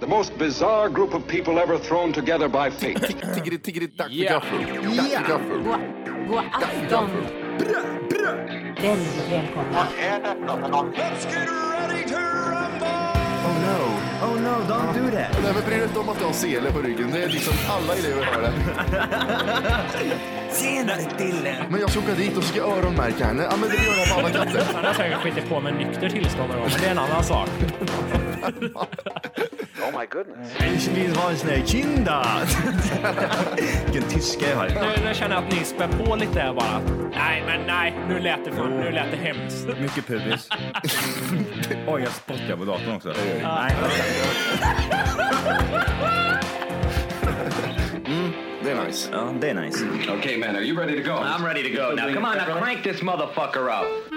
The most bizarre group of people ever thrown together by fate. Tiggeri, dack för gaffel. Dack för gaffel. God afton. Väldigt välkomna. Let's get ready to rumble! Oh no, don't do that. Nej, men bry dig inte om att du har sele på ryggen. Det är liksom alla elever har det. Senare Dille. Men jag ska åka dit och ska öronmärka henne. Ja, men det gör jag på alla katter. Han har säkert skitit på med nykter tillstånd någon gång, men det är en annan sak. Oh my goodness. Ich vill ha en sån här kinda. Vilken tyska jag har. Nu känner jag att ni spär på lite här bara. Nej, nu lät det hemskt. Mycket pubis. Oj, jag spottar på datorn också. Nej. Det är nice. Ja, det är nice. Okay, man, are you ready to go? I'm ready to go. Now, come on, now crank this motherfucker up.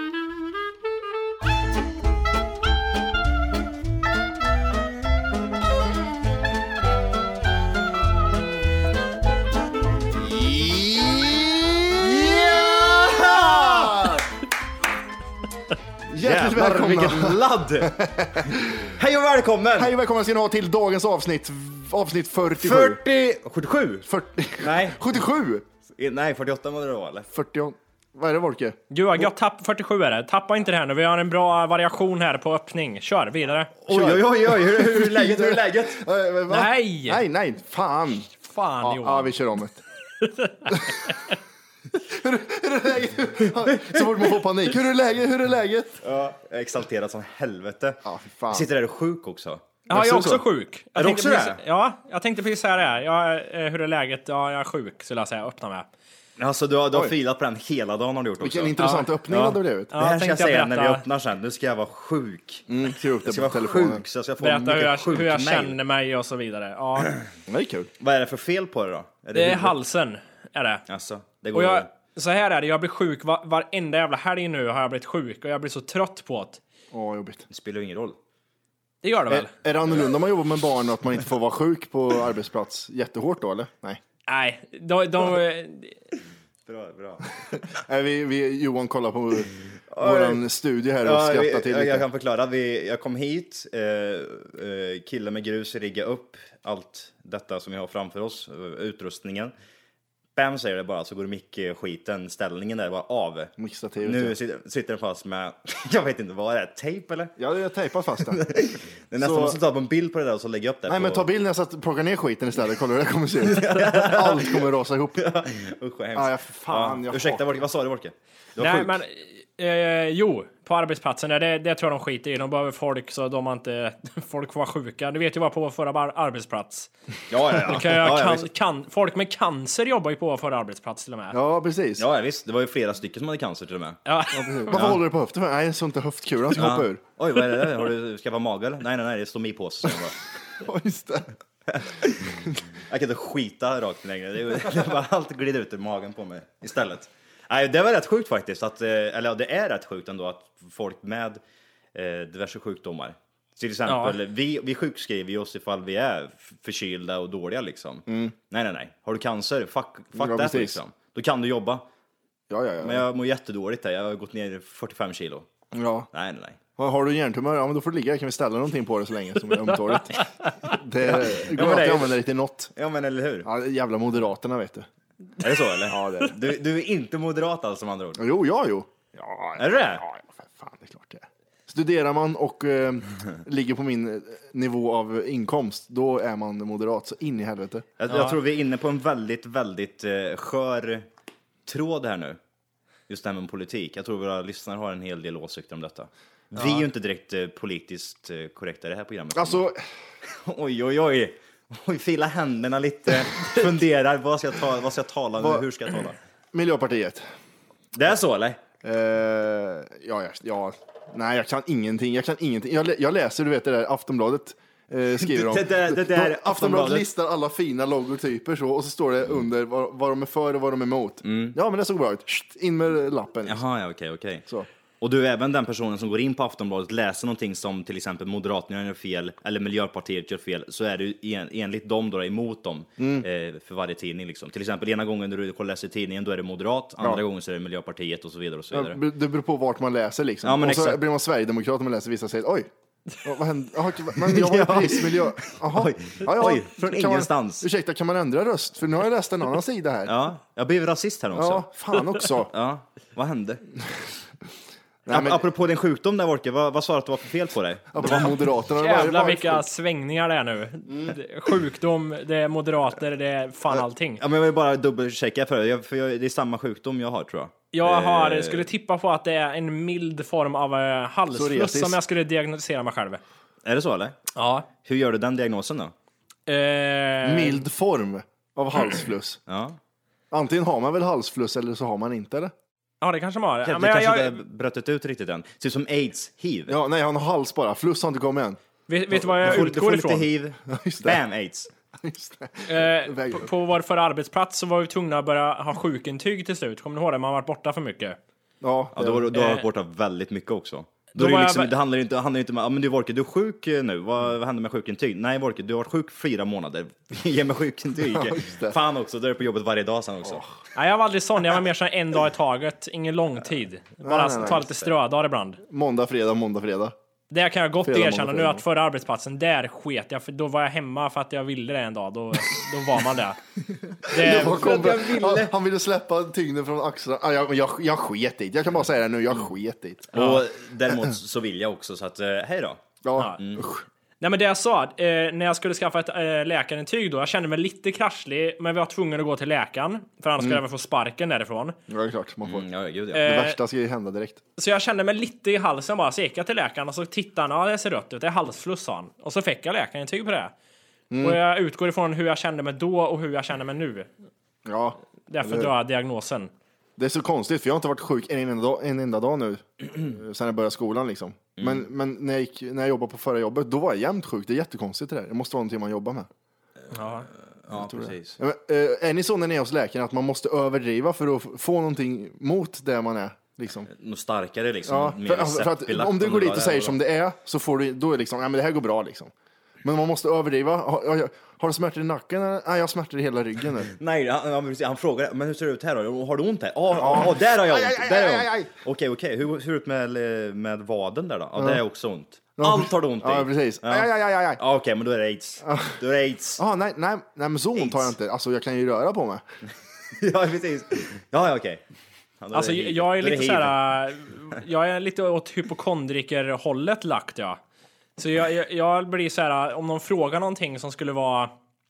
Hjärtligt välkomna. Vilket ladd! Hej och välkommen! Hej och välkomna ska ni ha till dagens avsnitt 47. 77? 40. Nej. 77. Nej, 48 var det då, eller? 40. Vad är det, Volke? Jag tapp 47 är det. Tappa inte det här nu. Vi har en bra variation här på öppning. Kör vidare. Oj, hur är läget? Hur är läget? Nej! Fan, Fan, Johan. Ja, vi kör om ett. Hur är läget? Så fort man får panik. Hur är läget? Ja, jag är exalterad som helvete. Ja, fan. Jag sitter där och är sjuk också. Ja, jag är också sjuk. Är du också det? Ja, jag tänkte precis säga det här. Hur är läget? Ja, jag är sjuk, så jag öppna med. Alltså, du har filat på den hela dagen har du gjort också. Vilken intressant öppning hade det blivit. Det här ska jag säga när vi öppnar sen. Nu ska jag vara sjuk. Jag ska vara sjuk så jag ska få berätta mycket hur jag känner mig och så vidare. Ja. Det är kul. Vad är det för fel på det då? Det är halsen, är det. Alltså, det går så här är det, jag blir sjuk varenda jävla helg nu har jag blivit sjuk och jag blir så trött på det. Jobbigt. Det spelar ju ingen roll. Det gör det väl? Är det annorlunda om man jobbar med barn och att man inte får vara sjuk på arbetsplats jättehårt då, eller? Nej. Nej, Bra. Johan kollar på våran studie här och skrattar till lite. Jag kan förklara. Jag kom hit, killen med grus rigga upp allt detta som vi har framför oss, utrustningen. Bam säger det bara, så går mick-skiten, ställningen där bara av. Nu sitter den fast med, jag vet inte vad det är, tejp eller? Ja, jag har tejpat fast den. Det är nästan måste ta på en bild på det där och så lägga upp det. Nej, men ta bilden så att plocka ner skiten istället. Kolla hur det kommer se ut. Allt kommer rasa ihop. Usch, vad hemskt. Fan. Ursäkta, vad sa du, Volke? Nej, men jo, på arbetsplatsen det tror jag de skiter i. De behöver folk så de inte folk får vara sjuka. Du vet ju vad på förra arbetsplats. Ja. Folk med cancer jobbar ju på förra arbetsplats till och med. Ja, precis. Ja, visst. Det var ju flera stycken som hade cancer till och med. Ja. Varför håller du på höften? Nej, så inte höftkulan ska hoppa ur. Oj, vad är det där? Har du skaffat mage eller? Nej, det är stomipåse. Ja, just det. Jag kan inte skita rakt längre. Det bara allt glider ut ur magen på mig istället. Nej, det var rätt sjukt faktiskt. Eller det är rätt sjukt ändå att folk med diverse sjukdomar. Till exempel, vi sjukskriver oss ifall vi är förkylda och dåliga liksom. Nej. Har du cancer? Fuck that liksom. Då kan du jobba. Ja. Men jag mår jättedåligt där. Jag har gått ner 45 kilo. Ja. Nej. Har du hjärntumör? Ja, men då får du ligga. Kan vi ställa någonting på det så länge som är ömtåligt. Det går att använda det till något. Ja, men eller hur? Ja, jävla Moderaterna, vet du. Är det så eller? Ja, det är. Du är inte moderat alltså, med andra ord. Jo. Ja, är det det? Ja, för fan, det är klart det är. Studerar man och ligger på min nivå av inkomst, då är man moderat så in i helvete. Jag tror vi är inne på en väldigt, väldigt skör tråd här nu. Just det här med politik. Jag tror våra lyssnare har en hel del åsikter om detta. Vi är ju inte direkt politiskt korrekta i det här programmet. Alltså... Oj, fila händerna lite. Funderar, vad ska jag tala nu? Hur ska jag tala? Miljöpartiet. Det är så, eller? Ja. Nej, jag kan ingenting. Jag läser, du vet det där Aftonbladet skriver om. Det där Aftonbladet listar alla fina logotyper så, och så står det under vad de är för och vad de är emot. Ja, men det såg bra ut. In med lappen. Jaha, ja, okej. Så. Och du är även den personen som går in på Aftonbladet, läser någonting som till exempel Moderaterna gör fel eller Miljöpartiet gör fel, så är du enligt dem då emot dem för varje tidning liksom. Till exempel ena gången när du läser tidningen då är det Moderat, andra gången så är det Miljöpartiet och så vidare och så vidare. Det beror på vart man läser liksom. Ja, men och så blir man Sverigedemokrat om man läser vissa säger oj, Vad hände? Men jag var ju precis miljö... Jaha. Oj, oj, från ingenstans. Ursäkta, kan man ändra röst? För nu har jag läst en annan sida här. Ja, jag blev rasist här också. Ja, fan också. Ja, vad hände? Nej, men, Apropå din sjukdom där, Wolke, vad sa du att det var för fel på dig? det var Moderaterna. Jävlar vilka svängningar det är nu. Sjukdom, det är moderater, det är fan allting. Ja, men jag vill bara dubbelchecka för det är samma sjukdom jag har, tror jag. Jag skulle tippa på att det är en mild form av halsfluss Psoriasis. som jag skulle diagnostisera mig själv. Är det så, eller? Ja. Hur gör du den diagnosen då? Mild form av halsfluss. Ja. Antingen har man väl halsfluss eller så har man inte det. Ja, det kanske man har. Ja, Det men kanske inte bröt ut riktigt än. Ser ut som AIDS, hiv. Ja, nej, han har hals bara. Fluss har inte kommit än. vet du vad jag Du utgår får lite ifrån? hiv, Just det. bam, AIDS. Just det. På vår förra arbetsplats så var vi tvungna att börja ha sjukintyg till slut. Kommer ni ihåg det? Man har varit borta för mycket. Ja, Ja, då har du varit borta väldigt mycket också. Då är var det, jag liksom, vä- det handlar inte om, ja men du Wolke, du är sjuk nu, vad händer med sjukintyg? Nej Wolke, du har varit sjuk 4 månader, ge mig sjukintyg. just det. Fan också, då är du på jobbet varje dag sen också. Nej, jag var aldrig sån. Jag var mer så här en dag i taget. Ingen lång tid. Bara nej, ta lite strödagar ibland. måndag, fredag. Det kan jag gott Fredag, erkänna måndag, nu fredag. att förra arbetsplatsen, där sket jag. För då var jag hemma för att jag ville det en dag. Då var man det. Han ville släppa tyngden från axlarna. Jag sket dit. Jag kan bara säga det nu, jag sket dit. Och däremot så vill jag också, så att hej då. Ja, usch. Nej, men det jag sa, när jag skulle skaffa ett läkarintyg då, jag kände mig lite kraschlig, men vi var tvungna att gå till läkaren, för annars skulle jag väl få sparken därifrån. Ja, det är klart. Man får. Ja, gud ja. Det värsta ska ju hända direkt. Så jag kände mig lite i halsen bara, så gick jag till läkaren och så tittade han, ja det ser rött ut, det är halsfluss sa han. Och så fick jag läkarintyg på det. Och jag utgår ifrån hur jag kände mig då och hur jag känner mig nu. Ja, Därför drar jag diagnosen. det är så konstigt för jag har inte varit sjuk en enda dag nu sen jag började skolan liksom. Men när jag jobbade på förra jobbet, då var jag jämt sjuk. Det är jättekonstigt det där. Det måste vara någonting man jobbar med. Ja. Ja, precis. Ja, men, är ni så när ni är hos läkaren att man måste överdriva för att få någonting mot det man är? Liksom? Något starkare liksom. Ja, mer för att seppbelagt om du går det dit var och säger det. som det är så får du, då är det liksom, ja men det här går bra liksom. Men man måste överdriva. Har du smärtor i nacken? Eller? Nej, jag har smärtor i hela ryggen nu. Nej, han frågar, men hur ser det ut här då? Har du ont här? Ja, där har jag ont. Där har jag ont. Okej. Hur ser det ut med vaden där då? Ja, det är också ont. Allt har du ont i. Ja, precis. Ja. Aj. Ja, okej, men då är det AIDS. Då är det AIDS. Ja, nej, men så ont har jag inte. Alltså jag kan ju röra på mig. Ja, precis. Ja, okej. Ja, då är Alltså det hiv. jag är Då det lite hiv. såhär, jag är lite åt hypokondriker-hållet lagt ja. Så jag blir så här, om någon frågar någonting som skulle vara,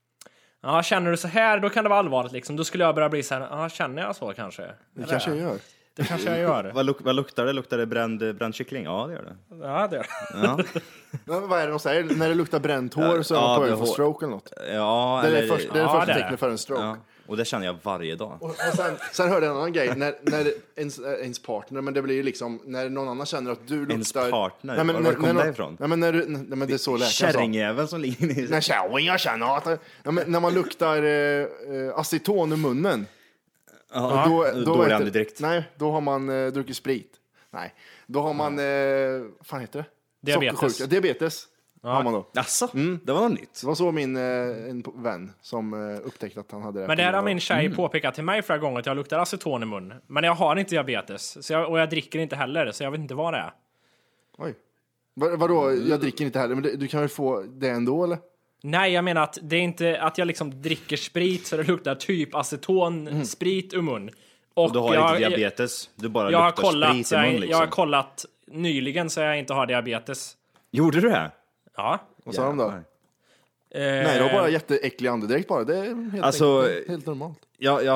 ja känner du så här, då kan det vara allvarligt liksom. Då skulle jag börja bli så här, ja känner jag så kanske? Det kanske jag gör. Det kanske jag gör. Vad luktar det? Luktar det bränd kyckling? Ja, det gör det. Ja, det gör det. Ja, Men vad är det de säger? När det luktar bränt hår så är man på väg för stroke eller något. ja Det är eller... det första det är tecknet för en stroke. Ja, och det känner jag varje dag. Och sen hörde jag en annan grej, när ens partner, men det blir ju liksom, när någon annan känner att du luktar... Ens partner? Nej, men, Var kom det ifrån? Nej, men, nej, men det är så läkaren sa. Kärringjäveln som ligger i... När kärring, jag känner att... Ja, men när man luktar aceton i munnen. Ja, Då dålig vet andedräkt. Nej, då har man druckit sprit. Nej, då har man... fan heter det? Diabetes. Sockersjuka. Diabetes har man då. Jaså? Det var något nytt. Det var så min en vän som upptäckte att han hade det. Men det här har min tjej påpekat till mig flera gånger att jag luktar aceton i mun. Men jag har inte diabetes. Så och jag dricker inte heller, så jag vet inte vad det är. Oj. Vadå? Jag dricker inte heller, men du kan väl få det ändå, eller? Nej, jag menar att det är inte att jag liksom dricker sprit så det luktar typ aceton, sprit ur mun. Och du har inte diabetes. Du bara jag har luktar kollat, sprit i mun liksom. jag har kollat nyligen så jag inte har diabetes. Gjorde du det? Ja. Vad sa de då? Jävlar. Nej, det var bara jätteäcklig andedräkt bara. Det är helt, Alltså, enkelt, helt normalt. Jag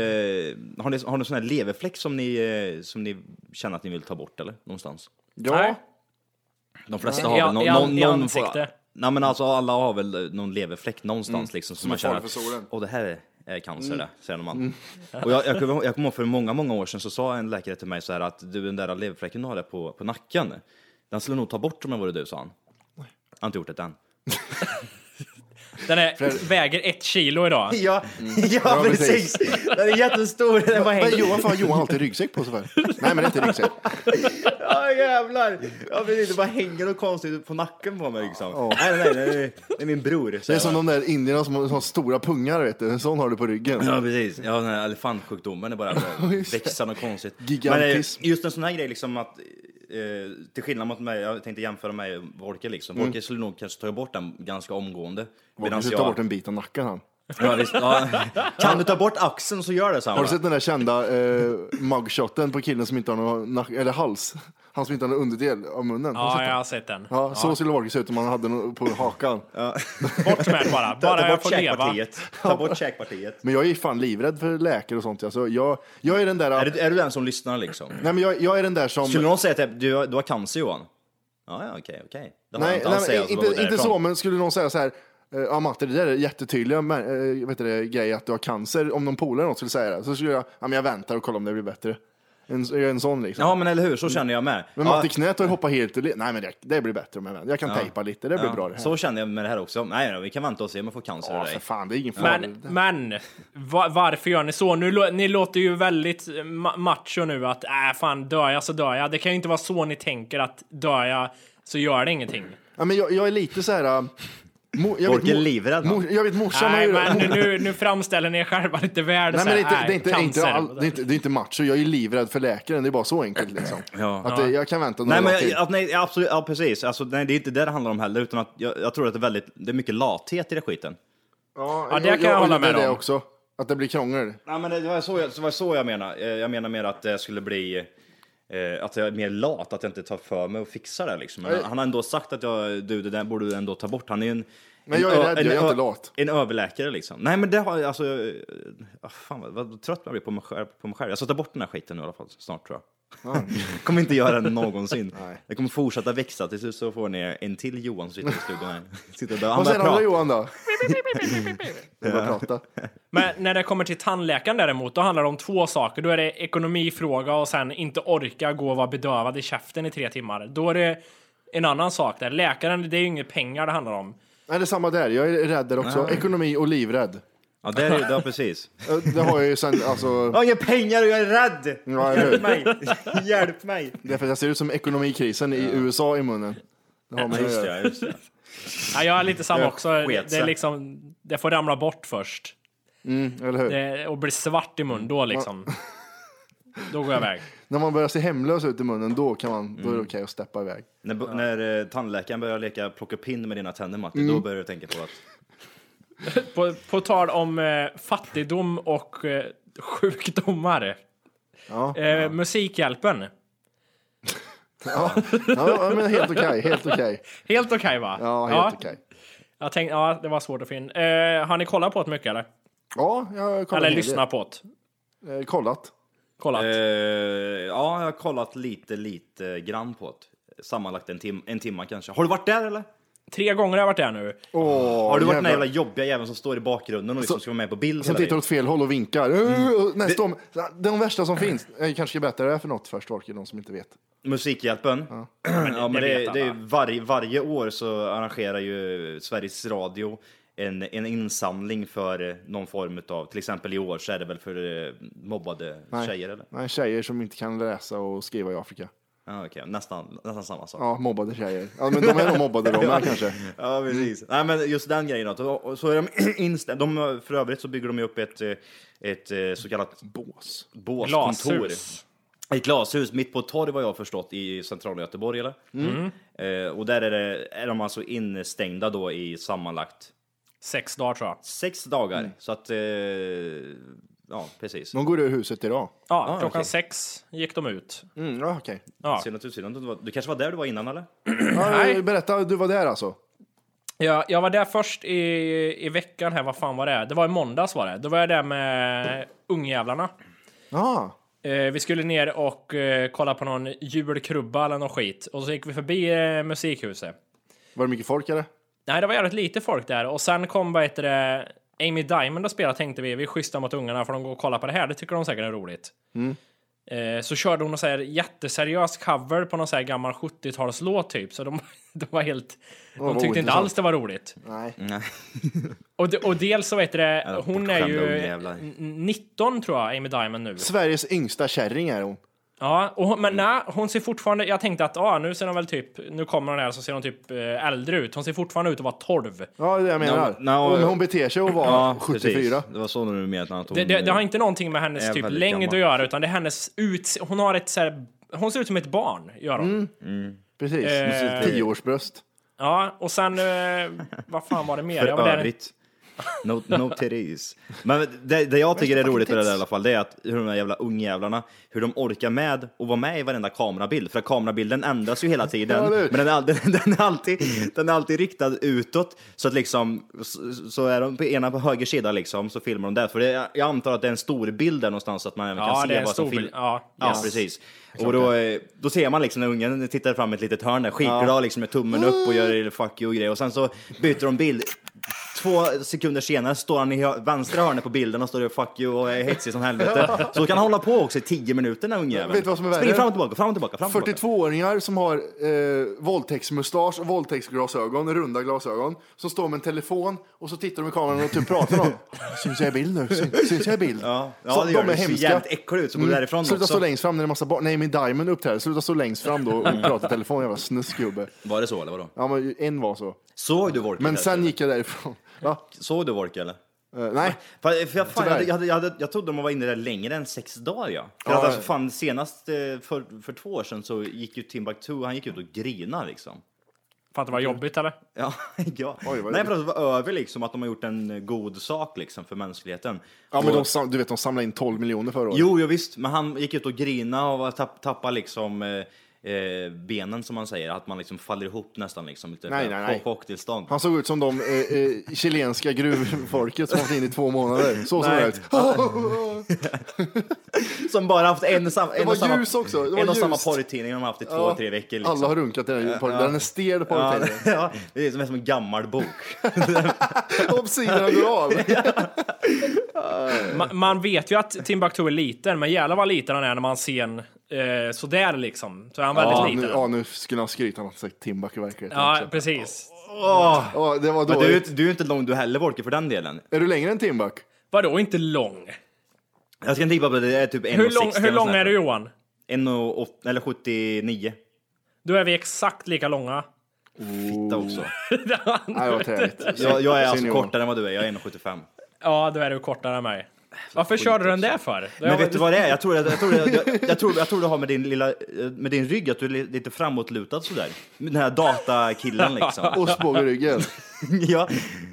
har ni sån här leverfläck som ni känner att ni vill ta bort eller? Någonstans? Ja, Nej. De flesta I- har väl i ansikte. Nej men alltså alla har väl någon leverfläck någonstans liksom som man är känner farlig att för solen. det här är cancer det, säger man. Och jag kommer ihåg för många år sedan så sa en läkare till mig så här att du, den där leverfläcken du har där på nacken, den skulle nog ta bort om jag vore du, sa han. Jag har inte gjort det än. Den väger 1 kilo idag. Ja, precis. Den är jättestor. Den bara hänger. Varför har Johan alltid ryggsäck på sig för? Nej, men det är inte ryggsäck. Ja jävlar. Ja, precis. Det bara hänger något konstigt på nacken på mig liksom. Nej, det är min bror. Det är som de där indierna som har stora pungar, vet du. En sån har du på ryggen. Ja, precis. Ja, den här elefantsjukdomen är bara växer något konstigt. Gigantism. Men just en sån här grej liksom att till skillnad mot mig, jag tänkte jämföra mig och Volker liksom. Volker skulle nog kanske ta bort den ganska omgående. Volker skulle ta bort en bit av nacken han. Ja, visst, ja. Kan du ta bort axeln så gör det samma. Har du sett den där kända mugshoten på killen som inte har någon eller hals? Han som inte har någon underdel av munnen. Ja, jag har sett den. Ja, så skulle Volker se ut om han hade något på hakan. Bort med bara. Bara ta jag bort får leva. käkpartiet. Ta bort käkpartiet. Men jag är fan livrädd för läkare och sånt. Alltså, jag är den där... Är du den som lyssnar liksom? Nej, men jag är den där som... Skulle någon säga att du har cancer, Johan? Ja, okej. Det har Nej, inte alls säga, inte så, men skulle någon säga så här... Ja, Matte, det där är jättetydliga grej att du har cancer. Om någon polare något skulle säga det, så skulle jag väntar och kollar om det blir bättre. En sån liksom. Ja, men eller hur, så känner jag med. Men Matte knät har ju hoppat helt. Nej, men det blir bättre om jag väntar. Jag kan tejpa lite, det blir bra det här. Så känner jag med det här också. Nej, vi kan vänta och se om jag får cancer av För dig. fan, det är ingen fara. Men varför gör ni så? Ni låter ju väldigt macho nu att fan, dör jag så dör jag. Det kan ju inte vara så ni tänker att dör jag så gör det ingenting. Ja, men jag är lite så här... Folk är livrädd. Jag vet morsan Nej, men nu framställer ni er själva lite värde. Nej, men det är inte macho. Jag är livrädd för läkaren. Det är bara så enkelt liksom. Att jag kan vänta några dagar till. Nej, absolut, ja, precis. Alltså, nej, det är inte det handlar om heller, utan att jag tror att det är mycket lathet i det skiten. Ja, det kan jag hålla med om. Det också. Att det blir krångel. Nej, men det var så jag menar. Jag menar mer att det skulle bli... att jag är mer lat, att jag inte tar för mig och fixar det liksom. Men han har ändå sagt att det där borde du ändå ta bort. Han är en... Men jag är rädd, jag är inte lat. En överläkare liksom. Nej, men det har alltså... fan vad trött jag blir på mig själv. Jag ska ta bort den här skiten nu i alla fall, snart tror jag. Jag kommer inte göra det någonsin. Jag kommer fortsätta växa. Till slut så får ni en till Johan som sitter i studion här. Vad säger andra Johan då? Jag bara prata. Men när det kommer till tandläkaren däremot, då handlar det om två saker. Då är det ekonomifråga och sen inte orka gå och vara bedövad i käften i 3 timmar. Då är det en annan sak där. Läkaren, det är ju inga pengar det handlar om. Nej, det är samma där. Jag är rädd där också. Nej. Ekonomi och livrädd. Ja, det är precis. Det har jag ju sen, alltså... Jag har inga pengar och jag är rädd! Ja, hjälp mig! Hjälp mig! Det är för att jag ser ut som ekonomikrisen i USA i munnen. Det har man just det. Ja, jag är lite samma också. Det är liksom... Det får ramla bort först. Eller hur? Och bli svart i mun, då liksom. Då går jag iväg. När man börjar se hemlös ut i munnen, då är det okej att steppa iväg. När tandläkaren börjar plocka pinn med dina tänder, Matti, då börjar du tänka på att... På tal om fattigdom och sjukdomar. Musikhjälpen. Men helt okej. Helt okej, va? Ja, helt okej. Jag tänkte, det var svårt att finna. Har ni kollat på det mycket, eller? Ja, jag har kollat. Eller lyssnat på det? Kollat. Ja, jag har kollat lite grann på det. Sammanlagt en timma kanske. Har du varit där, eller? 3 gånger har jag varit där nu. Har du varit den jävla jobbiga jäveln som står i bakgrunden och liksom ska vara med på bild? Som tittar åt fel håll och vinkar. De värsta som finns. Jag kanske ska berätta det för något först, de som inte vet. Musikhjälpen? Ja, men det är varje år så arrangerar ju Sveriges Radio en insamling för någon form av, till exempel i år så är det väl för mobbade tjejer, eller? Nej, tjejer som inte kan läsa och skriva i Afrika. Ja, okej. Nästan samma sak. Ja, mobbade tjejer. Ja, men de är nog mobbade de här kanske. Ja, precis. Nej, men just den grejen då, så är de för övrigt så bygger de ju upp ett så kallat båskontor. Ett glashus mitt på ett torg, vad jag har förstått, i centrala Göteborg, eller? Och där är de alltså instängda då i sammanlagt 6 dagar, tror jag. 6 dagar. Så att ja, precis. De går ur huset idag. Ja, klockan 6 gick de ut. Ja, okej. Ja. Du kanske var där du var innan, eller? Nej. Berätta, du var där alltså. Ja, jag var där först i veckan här, vad fan var det? Det var i måndags var det. Då var jag där med ungjävlarna. Ja. Vi skulle ner och kolla på någon julkrubba eller någon skit. Och så gick vi förbi musikhuset. Var det mycket folk, eller? Nej, det var jävligt lite folk där. Och sen kom Amy Diamond och spelade, tänkte vi schyssta mot ungarna för de går och kollar på det här. Det tycker de säkert är roligt. Så körde hon en jätteseriös cover på någon så här gammal 70-talslåt typ. Så de var helt... De tyckte inte alls det var roligt. Nej. Och dels så hon är ju 19 tror jag, Amy Diamond nu. Sveriges yngsta kärring är hon. Ja, men nej, hon ser fortfarande... Jag tänkte att nu ser hon väl nu kommer hon här så ser hon typ äldre ut. Hon ser fortfarande ut att vara 12. Ja, det jag menar. Hon beter sig att vara 74. Precis. Det var så när du menade att hon... Det har inte någonting med hennes typ längd att göra, utan det är hennes hon har ett så här Hon ser ut som ett barn, gör hon. Precis. 10-årsbröst. Ja, och sen, vad fan var det mer? För Jag var där. övrigt. No titties. Men det jag tycker är roligt med det där, i alla fall, det är att hur de här jävla ungjävlarna, hur de orkar med och vara med i varenda kamerabild. För att kamerabilden ändras ju hela tiden. Men den är alltid riktad utåt. Så att liksom, så är de på höger sida liksom, så filmar de där. För jag antar att det är en stor bild där någonstans, så att man även kan se vad som filmas. Ja, precis. Och då ser man liksom när ungen tittar fram ett litet hörn där, skitglad liksom med tummen upp och gör fuck you och grejer. Och sen så byter de bild. 2 sekunder senare står han i vänstra hörnet på bilden och står det fuck you och är hetsig som helvete. Så kan han hålla på också i 10 minuter när ungjäveln. Vet du vad som är värre? Springer fram och tillbaka. 42-åringar som har våldtäktsmustasch och våldtäktsglasögon, runda glasögon, som står med en telefon och så tittar de i kameran och typ pratar om. Syns jag i bild nu? Syns jag i bild? Ja, så det gör de är det. hemska. Jävligt äckligt ut så går därifrån. Sluta också. stå längst fram när det är massa barn. Nej, min Diamond uppträder. Sluta stå längst fram då och prata i telefon, jävla snuskgubbe. Var det så eller vadå? Ja, men en var så. Såg du Volker? Men sen gick jag därifrån. Va? Såg du Volker eller? Nej. Jag trodde de var inne där längre än 6 dagar. Ja. För Ja, att, alltså, fan, senast för 2 år sedan så gick ju Timbuktu, han gick ut och grinade liksom. För att det var jobbigt eller? Ja. Oj, Nej, för att det var över liksom, att de har gjort en god sak liksom för mänskligheten. Ja, men du vet, de samlade in 12 miljoner förra året. Jo, visst, men han gick ut och grina och tappade liksom benen, som man säger, att man liksom faller ihop nästan liksom, lite Nej. chocktillstånd. Han såg ut som de chilenska gruvfolket som har varit in i 2 månader. Så såg det ut. Som bara haft en och samma porrtidning de har haft i 2-3 veckor liksom. Alla har runkat i den porrtidningen. Den är stel porrtidningen. Ja, det är som en gammal bok. Sidorna går av. Man vet ju att Timbuktu är liten, men jävlar vad liten han är när man ser en sådär liksom. Så är han väldigt liten. Nu skulle han skryta om att sagt Timbuktu i verkligheten. Ja, också. precis. Det var Men dåligt. du är inte lång du heller, Volker, för den delen. Är du längre än Timbuk? Vadå inte lång? Jag ska tippa på det är typ 1,60. Hur lång är du, Johan? 1,80 eller 79. Då är vi exakt lika långa. Fitta också. Nej, vad trevligt. Jag är alltså Senior. kortare än vad du är. Jag är 1,75. Ja, då är du kortare än mig. Varför körde du den där för? Men vet du vad det är? Jag tror det har med din rygg, att du är lite framåtlutad sådär. Den här datakillen liksom. Ostbågeryggen. ja,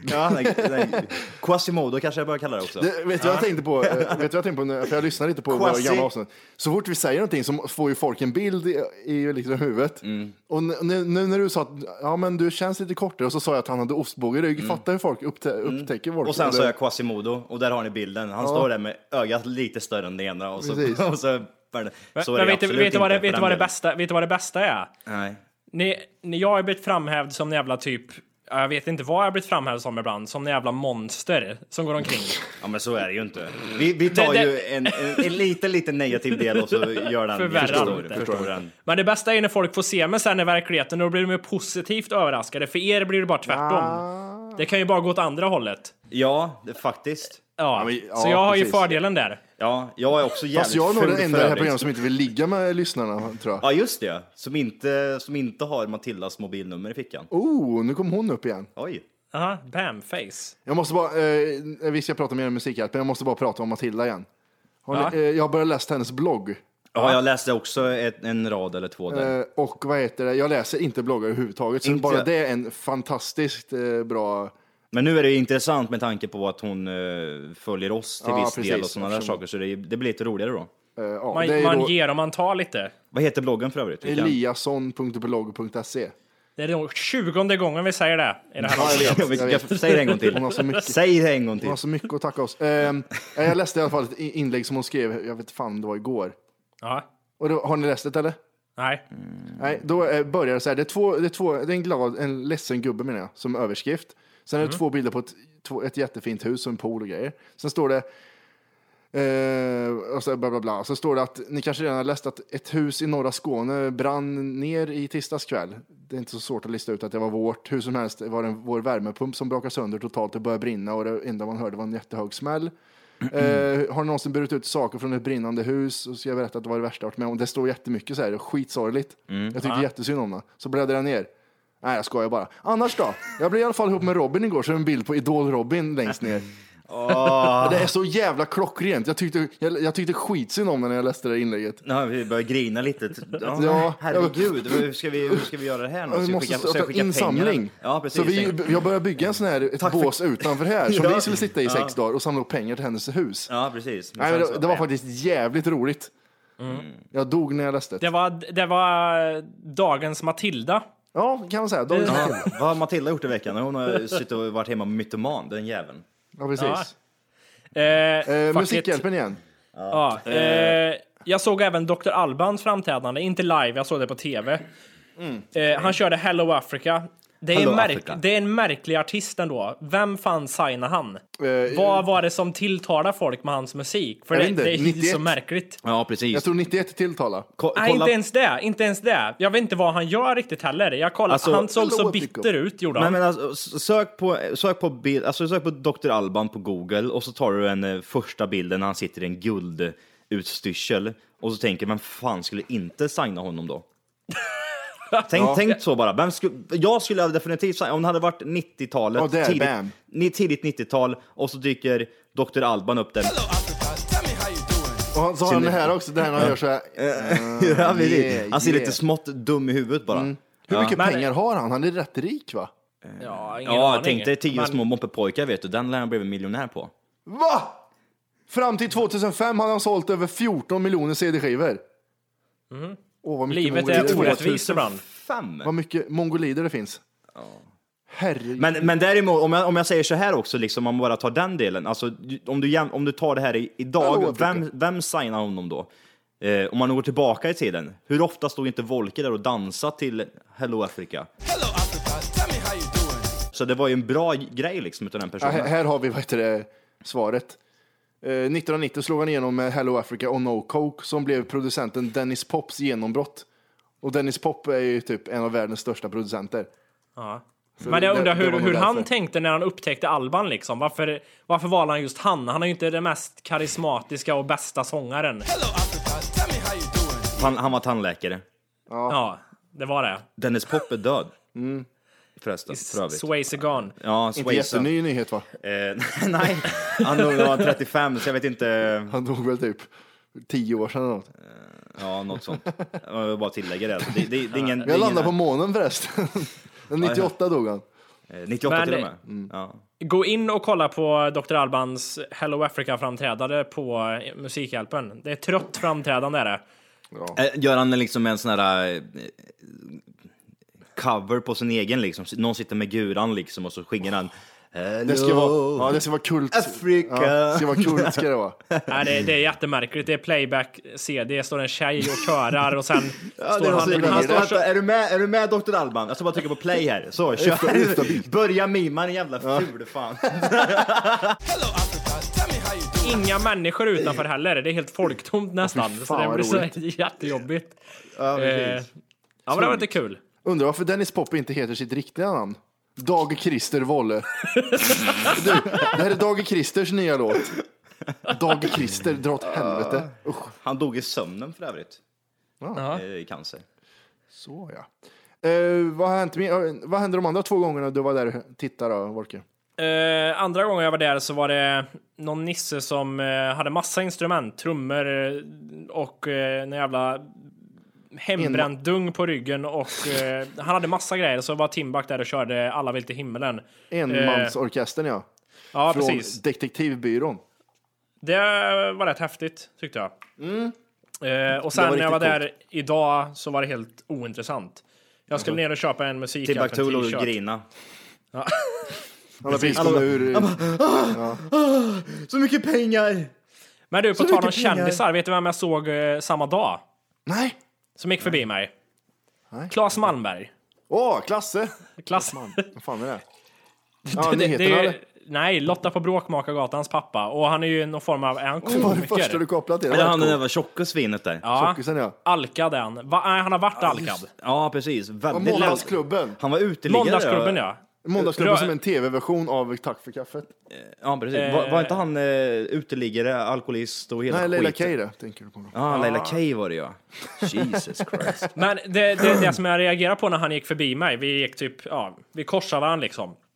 Quasimodo kanske jag börjar kalla det också. Vet du vad jag tänkte på? För jag lyssnade lite på våra gamla avsnitt. Så fort vi säger någonting så får ju folk en bild i liksom huvudet. Och nu när du sa att ja, men du känns lite kortare, och så sa jag att han hade ostbågerygg. Fattar hur folk upptäcker folk. Och sen sa jag Quasimodo, och där har ni bilden. Han står där med ögat lite större än det ena. Och så Precis. Men vet du vad det bästa är? Nej. Jag har blivit framhävd som en jävla typ, jag vet inte vad jag har blivit framhävd som ibland, som en jävla monster som går omkring. Ja, men så är det ju inte. Vi tar ju en lite negativ del och så gör den. Förstår den. Men det bästa är när folk får se mig sen i verkligheten, då blir de positivt överraskade. För er blir det bara tvärtom. Det kan ju bara gå åt andra hållet. Ja, faktiskt. Så jag har ju fördelen där. Ja, jag är också jävligt. Fast jag är nog den enda i det här programmet som inte vill ligga med lyssnarna, tror jag. Ja, just det. Som inte har Matildas mobilnummer i fickan. Nu kom hon upp igen. Oj. Aha, bam, face. Jag måste bara, vi ska prata mer om musikhjälp, men jag måste bara prata om Matilda igen. Jag har börjat läsa hennes blogg. Ja, jag läste också en rad eller 2 där. Och vad heter det? Jag läser inte bloggar överhuvudtaget, så bara det är en fantastiskt bra... Men nu är det intressant med tanke på att hon följer oss till viss del och sådana där saker, så det blir lite roligare då. Man ger och man tar lite. Vad heter bloggen för övrigt? Eliasson.blogg.se. Det är nog 20:e gången vi säger det i det här. Säg det en gång till. Säg det en gång till. Hon har så mycket att tacka oss. Jag läste i alla fall ett inlägg som hon skrev, jag vet fan, det var igår. Ja. Och då, har ni läst det eller? Nej. Nej, då börjar det så här. Det är en ledsen gubbe, menar jag, som överskrift. Sen är det 2 bilder på ett jättefint hus och en pool och grejer. Sen står det och så bla bla bla. Så står det att ni kanske redan har läst att ett hus i norra Skåne brann ner i tisdags kväll. Det är inte så svårt att lista ut att det var vårt. Hur som helst var det vår värmepump som brakade sönder totalt och började brinna, och det enda man hörde var en jättehög smäll. Har ni någonsin burit ut saker från ett brinnande hus? Och så jag berättat att det var det värsta jag varit med om. Det står jättemycket så här, skitsorgligt. Jag tyckte jättesynd om det. Så bläddrar jag ner. Nej, jag skojar bara. Annars då? Jag blev i alla fall ihop med Robin igår, så en bild på Idol Robin längst ner. Det är så jävla klockrent. Jag tyckte skitsynd om det när jag läste det inlägget. Ja, vi börjar grina lite. Ja. Herregud, hur ska vi göra det här nu? Vi måste starta en insamling. Ja, precis. Så jag börjar bygga en sån här ett bås utanför här som vi skulle sitta i 6 dagar och samla upp pengar till hennes hus. Ja, precis. Nej, det var faktiskt jävligt roligt. Jag dog när jag läste Det var dagens Matilda. Ja, kan man säga. Vad har Matilda gjort i veckan? Hon har suttit och varit hemma med mytoman, den jäveln. Ja, precis. Ja. Musikhjälpen igen. Ja. Jag såg även Dr. Albans framträdande, inte live, jag såg det på tv. Han körde Hello Africa. Det är en märklig artist ändå. Vem fan signar han? Vad var det som tilltalar folk med hans musik? För det är 91. Så märkligt. Ja, precis. Jag tror 91 tilltala. Nej, inte ens det. Jag vet inte vad han gör riktigt heller. Jag kollade, alltså, han såg så bitter ut, gjorde han. Men alltså, sök på Dr. Alban på Google och så tar du den första bilden när han sitter i en guldutstyrsel och så tänker man, fan skulle inte signa honom då? Tänk så bara. Jag skulle definitivt säga, om det hade varit 90-talet, tidigt 90-tal, och så dyker Dr. Alban upp där. Och så har han det här också, där han gör så här. Han ser lite smått dum i huvudet bara. Hur mycket pengar har han? Han är rätt rik, va? Ja, tänk dig 10 små moppepojkar, vet du. Den lär han blivit miljonär på. Va? Fram till 2005 hade han sålt över 14 miljoner CD-skivor. Livet är orättvist ibland. Vad mycket mongolider det finns. Herregud. Men däremot, om jag säger så här också, liksom, om man bara tar den delen. Alltså, om du tar det här idag, vem signar honom då? Om man går tillbaka i tiden, hur ofta stod inte Volker där och dansade till Hello Africa? Så det var ju en bra grej liksom utav den personen. Här har vi svaret. 1990 slog han igenom med Hello Africa och No Coke som blev producenten Dennis Pops genombrott. Och Dennis Pop är ju typ en av världens största producenter. Ja. Men jag undrar hur han tänkte när han upptäckte Alban liksom. Varför valde han just han? Han är ju inte den mest karismatiska och bästa sångaren. Han var tandläkare. Ja, det var det. Dennis Pop är död. Förresten, för övrigt. Swayze gone. Ja, Inte jätteny nyhet, va? Nej, han var 35, så jag vet inte. Han dog väl typ 10 år sedan eller något. Ja, något sånt. Jag vill bara tillägga det. Det är ingen, jag landade på månen förresten. 98 dog han. 98 till och med. Ja. Gå in och kolla på Dr. Albans Hello Africa-framträdande på Musikhjälpen. Det är trött framträdande är det. Ja. Gör han liksom en sån här cover på sin egen liksom. Någon sitter med guran liksom och så sjunger han det ska vara kult. Afrika. Ja, det ska vara kult, ska det vara. Nej, det är jättemärkligt. Det är playback CD, står en tjej och körar och sen står han... Är du med Dr. Alban? Jag ska bara trycka på play här. Så, kör. Börja mima en jävla ful fan. Inga människor utanför heller. Det är helt folktomt nästan. Så det blir så jättejobbigt. Ja, men det var lite kul. Undrar varför Dennis Pop inte heter sitt riktiga namn. Dag Christer Wolle. Det här är Dag Christers nya låt. Dag Christer, dra åt helvete. Han dog i sömnen för övrigt. I cancer. Så ja. Vad hände de andra 2 gångerna du var där och tittade då, Volker? Andra gången jag var där så var det någon nisse som hade massa instrument, trummor och en jävla hembränd dung på ryggen och han hade massa grejer, så var Timbuk där och körde Alla vill till himmelen. Enmansorkestern, ja. Ja, från precis. Detektivbyrån. Det var rätt häftigt, tyckte jag. Och sen när jag var där idag så var det helt ointressant. Jag skulle ner och köpa en musikhjälpen t-shirt. Och grina. Ja. Så mycket pengar. Men du, på tal om kändisar, vet du vem jag såg samma dag? Nej. Som gick förbi mig. Nej. Claes Malmberg. Klasse. Klass. Vad fan är det? Ja, nyheterna eller? Nej, Lotta på Bråkmakargatans pappa. Och han är ju någon form av... Är han komiker? Det var det första du kopplade till. Eller han är tjocka svinet där. Ja, tjockisen, ja. Alkad är han. Han har varit alkad. Ja, precis. Måndagsklubben. Han var uteliggare. Måndagsklubben, ja. Måndagsklubben som en tv-version av Tack för kaffet. Ja, precis. Var inte han uteliggare, alkoholist och hela skiten? Nej, Leila Kay det, tänker du på. Ja, Leila Kay var det, ja. Jesus Christ. Men det som jag reagerade på när han gick förbi mig, vi gick typ, vi korsade varandra liksom.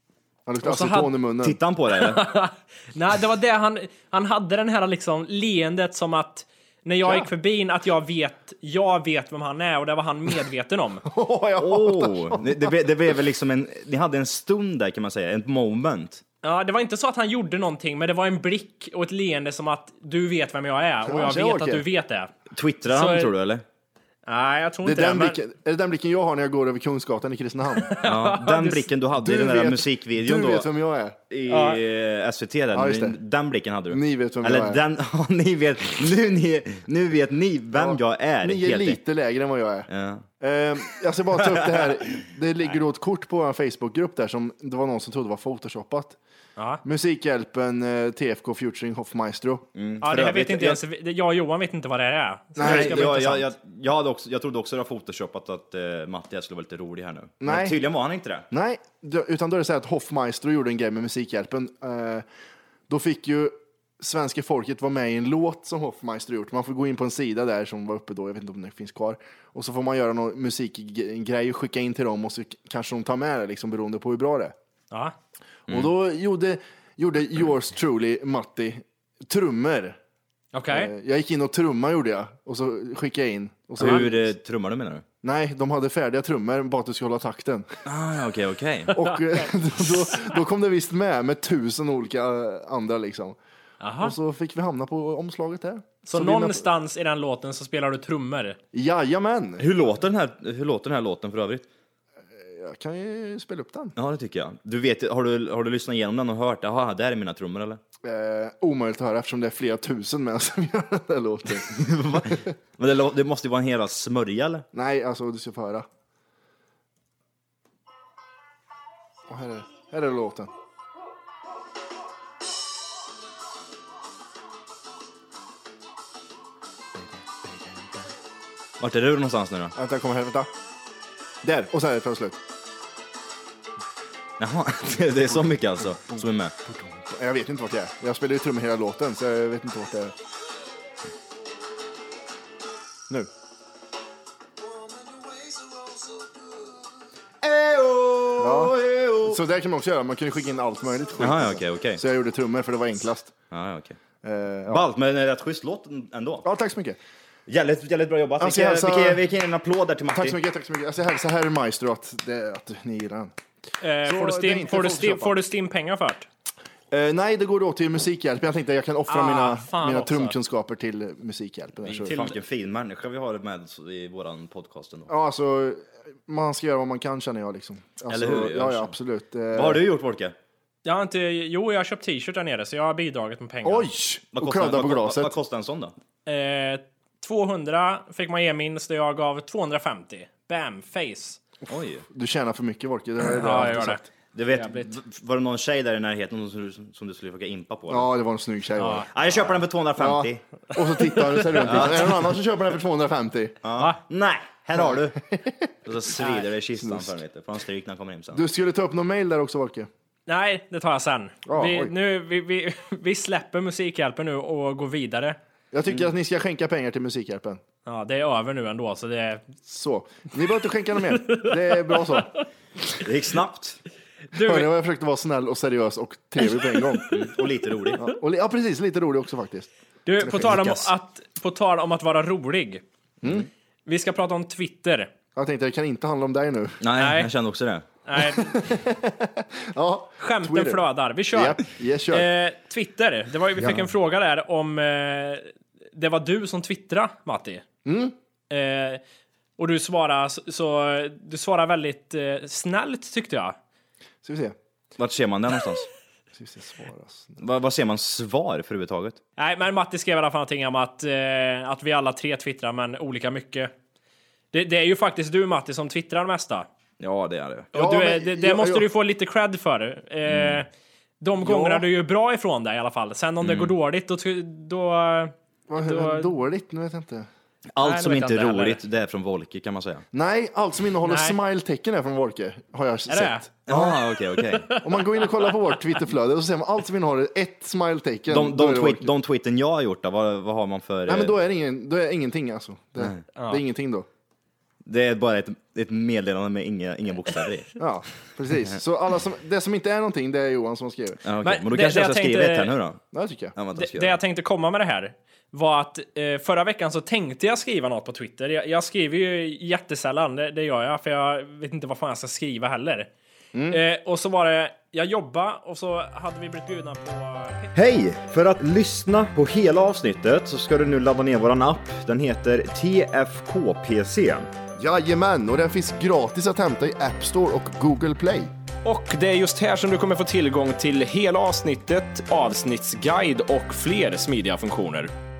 Han luktade Och så aceton i munnen. Tittar han på dig eller? Nej, det var det han hade den här liksom leendet som att när jag gick förbi att jag vet vem han är och det var han medveten om. Det blev väl liksom ni hade en stund där kan man säga, en moment. Ja, det var inte så att han gjorde någonting, men det var en blick och ett leende som att du vet vem jag är och jag vet att du vet det. Twittrar han tror du eller? Nej, jag tror Det inte är det. den Men... blicken, är det den blicken jag har när jag går över Kungsgatan i Kristinehamn? Ja, den blicken du hade i den där musikvideon du då. vet vem jag är. I SVT där. Ja, just det. Den blicken hade du. Ni vet vem eller jag är. Den, ja, ni vet, nu vet ni vem jag är. Ni är lite lägre än vad jag är. Ja. Jag ska bara ta upp det här. Det ligger då ett kort på en Facebookgrupp där som det var någon som trodde var photoshopat. Ja. Musikhjälpen, TFK featuring Hoffmaestro. Ja, det här vet inte ens. Jag och Johan vet inte vad det är. Nej, jag trodde också det var photoshopat att Mattias skulle vara lite rolig här nu. Nej. Men tydligen var han inte det. Nej, utan då är det så här att Hoffmaestro gjorde en grej med Musikhjälpen. Då fick ju svenska folket vara med i en låt som Hoffmaestro gjort. Man får gå in på en sida där som var uppe då, jag vet inte om det finns kvar. Och så får man göra någon musikgrej och skicka in till dem och så kanske de tar med det liksom, beroende på hur bra det är. Ja. Och då gjorde yours truly, Matti, trummor. Okej. Jag gick in och trumma gjorde jag. Och så skickade jag in. Och så, Hur trummar du menar du? nej, de hade färdiga trummor, bara att du skulle hålla takten. Okej. Och då kom det visst med 1000 olika andra liksom. Aha. Och så fick vi hamna på omslaget där. Så någonstans i den låten så spelar du trummor? Jajamän! Hur låter den här låten för övrigt? Jag kan ju spela upp den. Ja, det tycker jag. Du vet, har du lyssnat igenom den och hört? Jaha, där är mina trummor eller? Omöjligt att höra eftersom det är flera tusen med som gör den där låten. Men det måste ju vara en hela smörja eller? Nej, alltså du ska få höra. Och här är låten. Vart är du någonstans nu då? Vänta, kommer här, vänta. Där, och så här tar det slut. Jaha, det är så mycket alltså som är med. Jag vet inte vart det är. Jag spelar ju trummor hela låten, så jag vet inte vart det är. Nu. Ja. Så där kan man också göra. Man kunde skicka in allt möjligt skit. Jaha, okej. Så jag gjorde trummor för det var enklast. Ja, okej. Ja. Ballt, men en rätt schysst låt ändå. Ja, tack så mycket. Jävligt bra jobbat. Alltså, Vi kan ge en applåd där till Matti. Tack så mycket. Alltså, jag hälsar herr Maestro att ni gillar den. Får du Stim-pengar för det? Nej, det går då till Musikhjälpen. Jag tänkte att jag kan offra mina också. trumkunskaper till Musikhjälpen. Fan vilken fin människa vi har med i våran podcast ändå. Ja, alltså man ska göra vad man kan känner jag liksom. Alltså, Eller hur? Ja, absolut. Vad har du gjort, Volke? Jag har köpt t-shirt där nere så jag har bidragit med pengar. Oj! Och kladda på glaset. Vad kostar en sån då? 200 fick man ge minst och jag gav 250. Bam, face. Oj. Du tjänar för mycket, Volke. Det är Ja, jag gör det. Du vet, Jävligt. var det någon tjej där i närheten som du skulle försöka impa på? Eller? Ja, det var en snygg tjej. Ja. Ja, jag köper den för 250. Och så tittar du runt. Är det någon annan som köper den för 250? Ja. Nej, här har du. Och så svider det i kistan för lite. Får han stryk när han kommer in sen. Du skulle ta upp någon mail där också, Volke. Nej, det tar jag sen. Ja, Vi släpper Musikhjälpen nu och går vidare. Jag tycker att ni ska skänka pengar till Musikhjälpen. Ja, det är över nu ändå, så det är... Så. Ni behöver inte skänka något mer. Det är bra så. Det gick snabbt. Hörni, jag försökte vara snäll och seriös och trevlig på en gång. Och lite rolig. Ja, precis. Lite rolig också faktiskt. Du, på tal om att vara rolig. Vi ska prata om Twitter. Jag tänkte, det kan inte handla om dig nu. Nej, jag kände också det. Nej, Ja, skämten Twitter. flödar. Vi kör. Japp, yes, kör. Twitter. Vi fick en fråga där om det var du som twittrade, Matti. Och du svarade väldigt snällt, tyckte jag. Ska vi se. Vart ser man den någonstans? Ska vi se, svaras. Vad ser man svar för överhuvudtaget? Nej, men Matti skrev i alla fall någonting om att vi alla tre twittrar, men olika mycket. Det är ju faktiskt du, Matti, som twittrar mesta. Ja, det är det. Och Ja, det måste du få lite cred för. De gångerna du gör bra ifrån dig i alla fall. Sen om det går dåligt, då Vad dåligt? Nu vet jag inte. Allt Nej, som vet inte jag är inte roligt, det är från Volke kan man säga. Nej, allt som innehåller Nej. smile-tecken är från Volke. Har jag sett. det? Ja, okej. Om man går in och kollar på vårt Twitterflöde så ser man allt som innehåller ett smile-tecken. Då är det Volke. De tweeten jag har gjort då, vad har man för... Nej, men då är det ingenting alltså. Det är ingenting då. Det är bara ett meddelande med inga bokstäver i. Ja, precis. Så det som inte är någonting, det är Johan som skriver. Ja, okay. Men då kanske jag ska skriva ett här nu då. Ja, det tycker jag. Det jag tänkte komma med det här var att förra veckan så tänkte jag skriva något på Twitter. Jag skriver ju jättesällan, det gör jag, för jag vet inte vad fan jag ska skriva heller. Och så var det, jag jobbade och så hade vi blivit bjudna på... Hej! För att lyssna på hela avsnittet så ska du nu ladda ner våran app. Den heter TFKPC. Jajamän, och den finns gratis att hämta i App Store och Google Play. Och det är just här som du kommer få tillgång till hela avsnittet, avsnittsguide och fler smidiga funktioner.